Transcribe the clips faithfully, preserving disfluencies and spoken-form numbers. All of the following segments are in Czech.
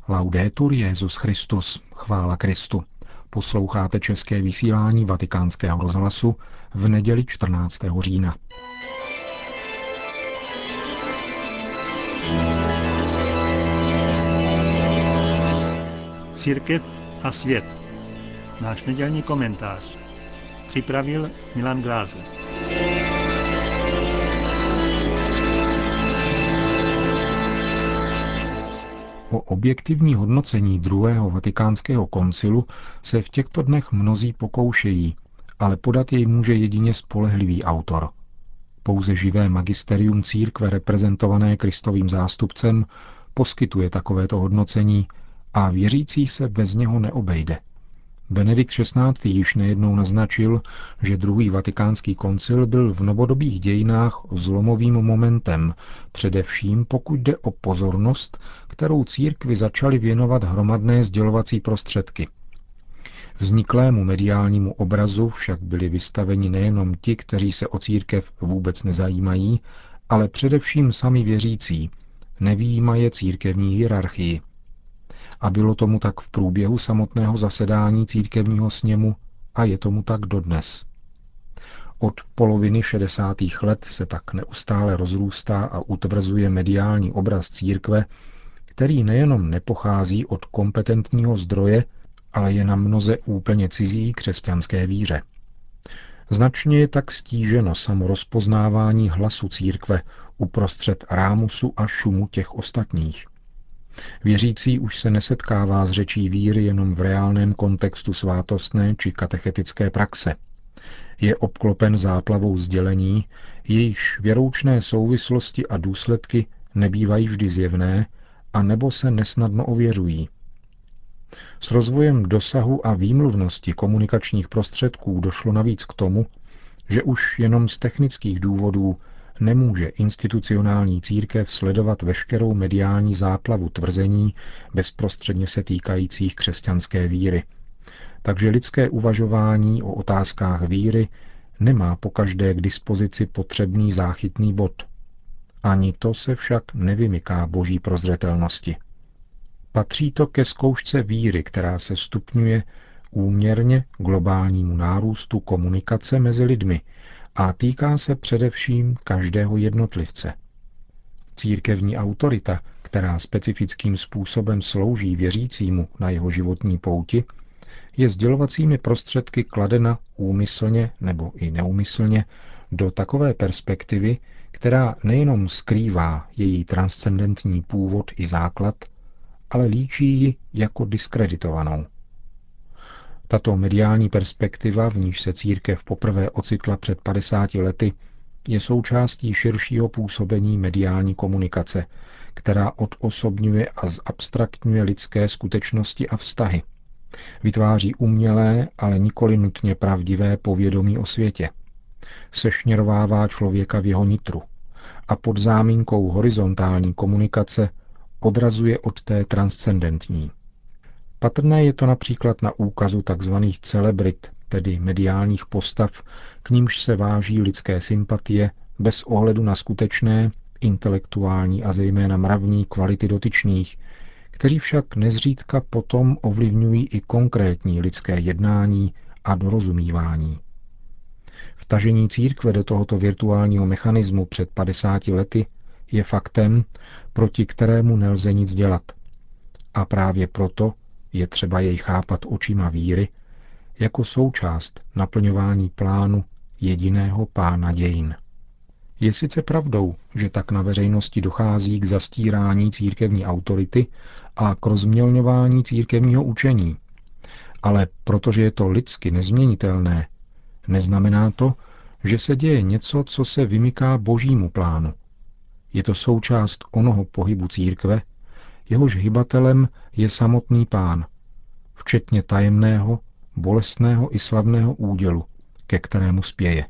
Laudetur Jesus Christus, chvála Kristu. Posloucháte české vysílání Vatikánského rozhlasu v neděli čtrnáctého října. Církev a svět. Náš nedělní komentář. Připravil Milan Glázer. O objektivní hodnocení druhého vatikánského koncilu se v těchto dnech mnozí pokoušejí, ale podat jej může jedině spolehlivý autor. Pouze živé magisterium církve reprezentované Kristovým zástupcem poskytuje takovéto hodnocení a věřící se bez něho neobejde. Benedikt šestnáctý již nejednou naznačil, že druhý vatikánský koncil byl v novodobých dějinách zlomovým momentem, především pokud jde o pozornost, kterou církvi začaly věnovat hromadné sdělovací prostředky. Vzniklému mediálnímu obrazu však byli vystaveni nejenom ti, kteří se o církev vůbec nezajímají, ale především sami věřící, nevyjímaje církevní hierarchii. A bylo tomu tak v průběhu samotného zasedání církevního sněmu a je tomu tak dodnes. Od poloviny šedesátých let se tak neustále rozrůstá a utvrzuje mediální obraz církve, který nejenom nepochází od kompetentního zdroje, ale je na mnoze úplně cizí křesťanské víře. Značně je tak stíženo samorozpoznávání hlasu církve uprostřed rámusu a šumu těch ostatních. Věřící už se nesetkává s řečí víry jenom v reálném kontextu svátostné či katechetické praxe. Je obklopen záplavou sdělení, jejichž věroučné souvislosti a důsledky nebývají vždy zjevné, a nebo se nesnadno ověřují. S rozvojem dosahu a výmluvnosti komunikačních prostředků došlo navíc k tomu, že už jenom z technických důvodů nemůže institucionální církev sledovat veškerou mediální záplavu tvrzení bezprostředně se týkajících křesťanské víry. Takže lidské uvažování o otázkách víry nemá pokaždé k dispozici potřebný záchytný bod. Ani to se však nevymyká boží prozřetelnosti. Patří to ke zkoušce víry, která se stupňuje úměrně globálnímu nárůstu komunikace mezi lidmi a týká se především každého jednotlivce. Církevní autorita, která specifickým způsobem slouží věřícímu na jeho životní pouti, je sdělovacími prostředky kladena úmyslně nebo i neúmyslně do takové perspektivy, která nejenom skrývá její transcendentní původ i základ, ale líčí ji jako diskreditovanou. Tato mediální perspektiva, v níž se církev poprvé ocitla před padesáti lety, je součástí širšího působení mediální komunikace, která odosobňuje a zabstraktňuje lidské skutečnosti a vztahy. Vytváří umělé, ale nikoli nutně pravdivé povědomí o světě. Sešněrovává člověka v jeho nitru a pod záminkou horizontální komunikace odrazuje od té transcendentní. Patrné je to například na úkazu tzv. Celebrit, tedy mediálních postav, k nímž se váží lidské sympatie bez ohledu na skutečné, intelektuální a zejména mravní kvality dotyčných, kteří však nezřídka potom ovlivňují i konkrétní lidské jednání a dorozumívání. Vtažení církve do tohoto virtuálního mechanismu před padesáti lety je faktem, proti kterému nelze nic dělat. A právě proto je třeba jej chápat očima víry jako součást naplňování plánu jediného pána dějin. Je sice pravdou, že tak na veřejnosti dochází k zastírání církevní autority a k rozmělňování církevního učení, ale protože je to lidsky nezměnitelné, neznamená to, že se děje něco, co se vymyká božímu plánu. Je to součást onoho pohybu církve, jehož hybatelem je samotný Pán, včetně tajemného, bolestného i slavného údělu, ke kterému spěje.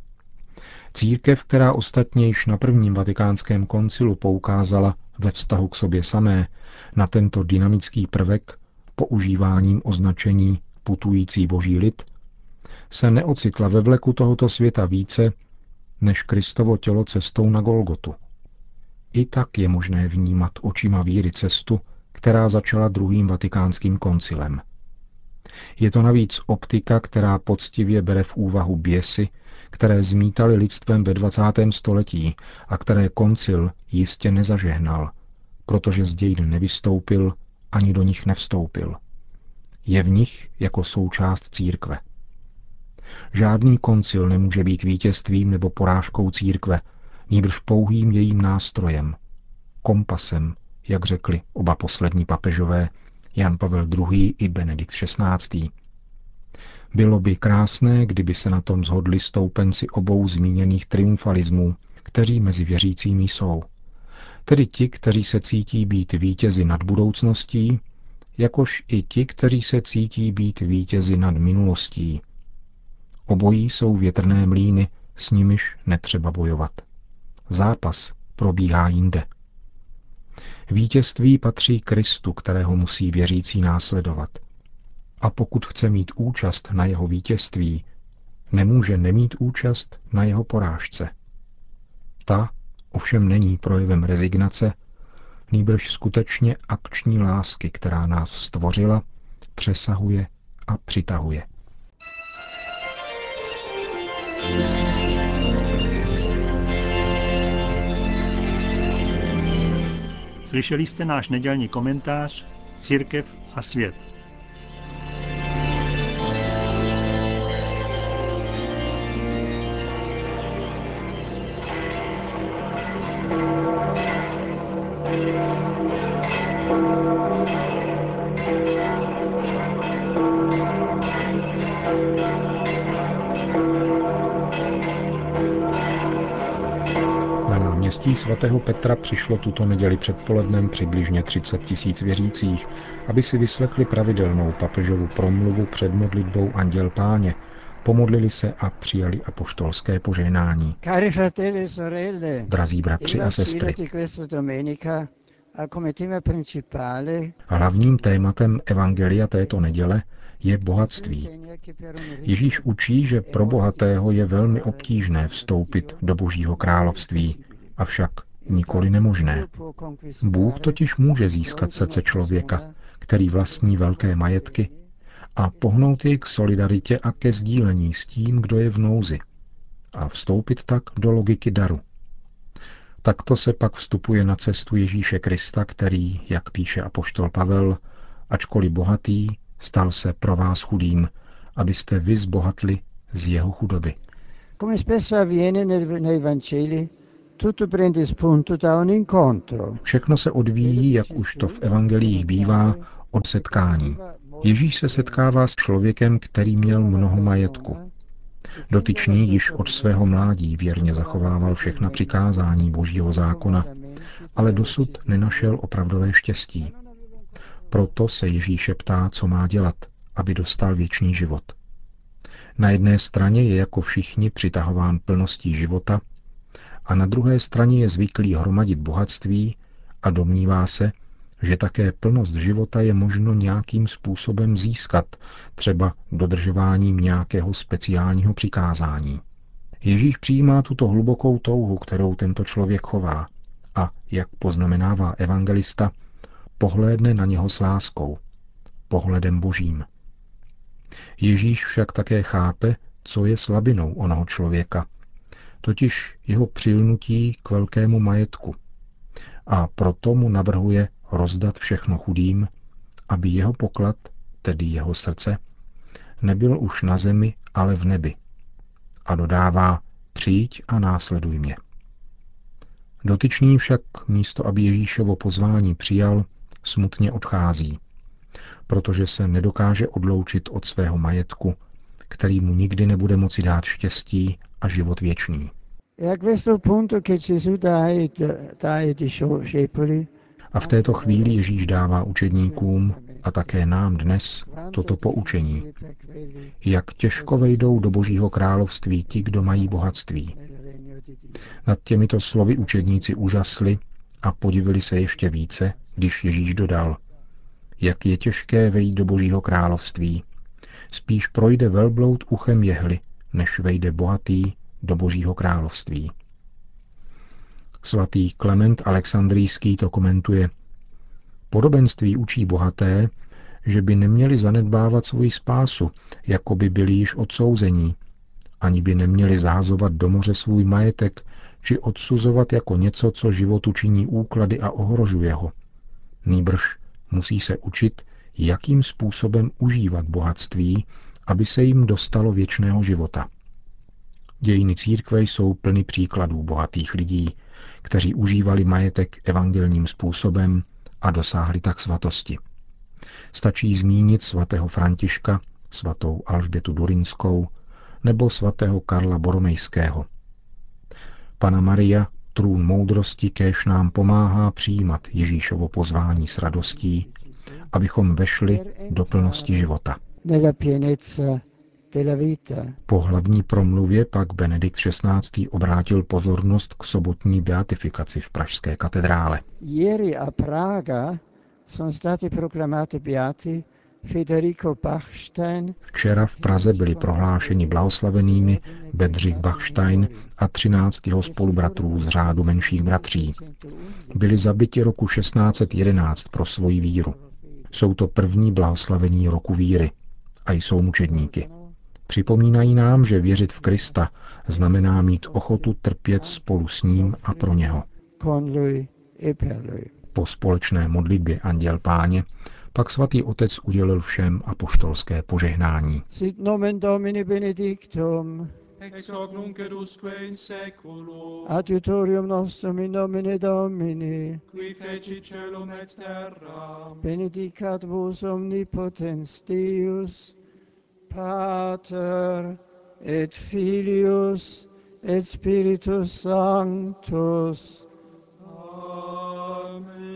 Církev, která ostatně již na prvním vatikánském koncilu poukázala ve vztahu k sobě samé na tento dynamický prvek používáním označení putující boží lid, se neocitla ve vleku tohoto světa více než Kristovo tělo cestou na Golgotu. I tak je možné vnímat očima víry cestu, která začala druhým vatikánským koncilem. Je to navíc optika, která poctivě bere v úvahu běsy, které zmítaly lidstvem ve dvacátém století a které koncil jistě nezažehnal, protože z dějin nevystoupil ani do nich nevstoupil. Je v nich jako součást církve. Žádný koncil nemůže být vítězstvím nebo porážkou církve, nýbrž pouhým jejím nástrojem, kompasem, jak řekli oba poslední papežové, Jan Pavel druhý. I Benedikt šestnáctý. Bylo by krásné, kdyby se na tom shodli stoupenci obou zmíněných triumfalismů, kteří mezi věřícími jsou. Tedy ti, kteří se cítí být vítězi nad budoucností, jakož i ti, kteří se cítí být vítězi nad minulostí. Obojí jsou větrné mlýny, s nimiž netřeba bojovat. Zápas probíhá jinde. Vítězství patří Kristu, kterého musí věřící následovat. A pokud chce mít účast na jeho vítězství, nemůže nemít účast na jeho porážce. Ta ovšem není projevem rezignace, nýbrž skutečně akční lásky, která nás stvořila, přesahuje a přitahuje. Slyšeli jste náš nedělní komentář Církev a svět. Na náměstí svatého Petra přišlo tuto neděli předpolednem přibližně třicet tisíc věřících, aby si vyslechli pravidelnou papežovu promluvu před modlitbou Anděl Páně, pomodlili se a přijali apoštolské požehnání. Drazí bratři a sestry, hlavním tématem evangelia této neděle je bohatství. Ježíš učí, že pro bohatého je velmi obtížné vstoupit do Božího království, avšak nikoli nemožné. Bůh totiž může získat srdce člověka, který vlastní velké majetky, a pohnout jej k solidaritě a ke sdílení s tím, kdo je v nouzi, a vstoupit tak do logiky daru. Takto se pak vstupuje na cestu Ježíše Krista, který, jak píše apoštol Pavel, ačkoliv bohatý, stal se pro vás chudým, abyste vy zbohatli z jeho chudoby. Všechno se odvíjí, jak už to v evangelích bývá, od setkání. Ježíš se setkává s člověkem, který měl mnoho majetku. Dotyčný již od svého mládí věrně zachovával všechna přikázání Božího zákona, ale dosud nenašel opravdové štěstí. Proto se Ježíše ptá, co má dělat, aby dostal věčný život. Na jedné straně je jako všichni přitahován plností života a na druhé straně je zvyklý hromadit bohatství a domnívá se, že také plnost života je možno nějakým způsobem získat, třeba dodržováním nějakého speciálního přikázání. Ježíš přijímá tuto hlubokou touhu, kterou tento člověk chová, a, jak poznamenává evangelista, pohlédne na něho s láskou, pohledem Božím. Ježíš však také chápe, co je slabinou onoho člověka, totiž jeho přilnutí k velkému majetku, a proto mu navrhuje rozdat všechno chudým, aby jeho poklad, tedy jeho srdce, nebyl už na zemi, ale v nebi. A dodává, přijď a následuj mě. Dotyčný však místo, aby Ježíšovo pozvání přijal, smutně odchází, protože se nedokáže odloučit od svého majetku, který mu nikdy nebude moci dát štěstí a život věčný. A v této chvíli Ježíš dává učedníkům a také nám dnes toto poučení. Jak těžko vejdou do Božího království ti, kdo mají bohatství. Nad těmito slovy učedníci úžasli a podivili se ještě více, když Ježíš dodal: jak je těžké vejít do Božího království. Spíš projde velbloud uchem jehly, než vejde bohatý do Božího království. Svatý Klement Alexandrijský to komentuje: Podobenství učí bohaté, že by neměli zanedbávat svoji spásu, jako by byli již odsouzení, ani by neměli zahazovat do moře svůj majetek, či odsuzovat jako něco, co životu činí úklady a ohrožuje ho. Nýbrž musí se učit, jakým způsobem užívat bohatství, aby se jim dostalo věčného života. Dějiny církve jsou plny příkladů bohatých lidí, kteří užívali majetek evangelním způsobem a dosáhli tak svatosti. Stačí zmínit svatého Františka, svatou Alžbětu Durinskou nebo svatého Karla Boromejského. Panna Maria, trůn moudrosti, kéž nám pomáhá přijímat Ježíšovo pozvání s radostí, abychom vešli do plnosti života. Po hlavní promluvě pak Benedikt šestnáctý obrátil pozornost k sobotní beatifikaci v pražské katedrále. Ieri a Praga sono stati proclamati beati Federico Bachstein. Včera v Praze byli prohlášeni blahoslavenými Bedřich Bachstein a třináct jeho spolubratrů z řádu menších bratří. Byli zabiti roku šestnáct set jedenáct pro svoji víru. Jsou to první blahoslavení roku víry a jsou mučedníky. Připomínají nám, že věřit v Krista znamená mít ochotu trpět spolu s ním a pro něho. Po společné modlitbě Anděl Páně pak svatý otec udělil všem apoštolské požehnání. Sit nomen Domini benedictum, ex hoc nunc et usque in seculum, adiutorium nostrum in nomine Domini, qui feci celum et terra, benedicat vos omnipotens Deus, Pater et Filius et Spiritus Sanctus. Amen.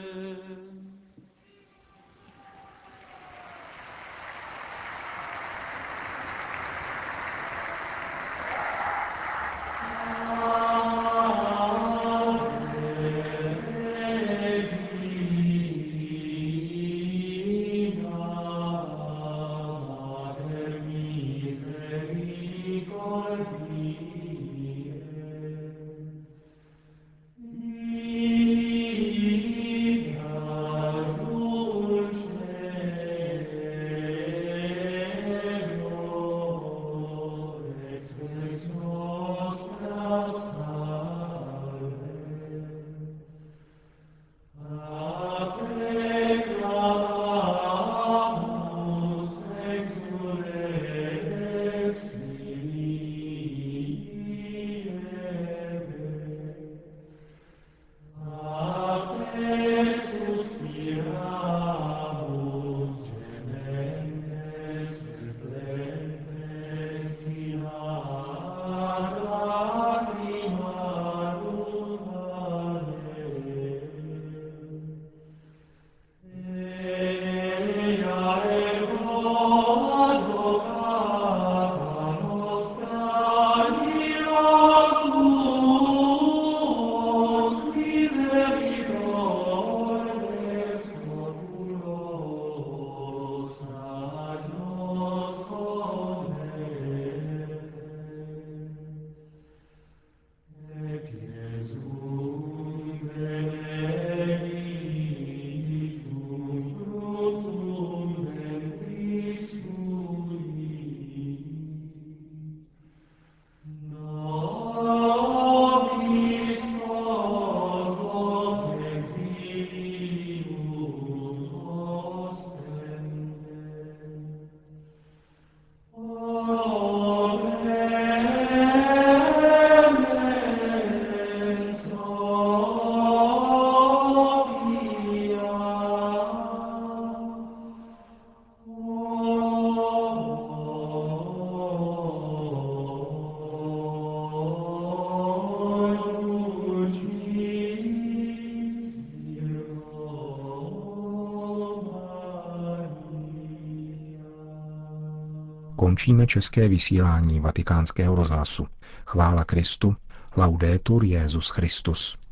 Končíme české vysílání Vatikánského rozhlasu. Chvála Kristu, laudetur Jesus Christus.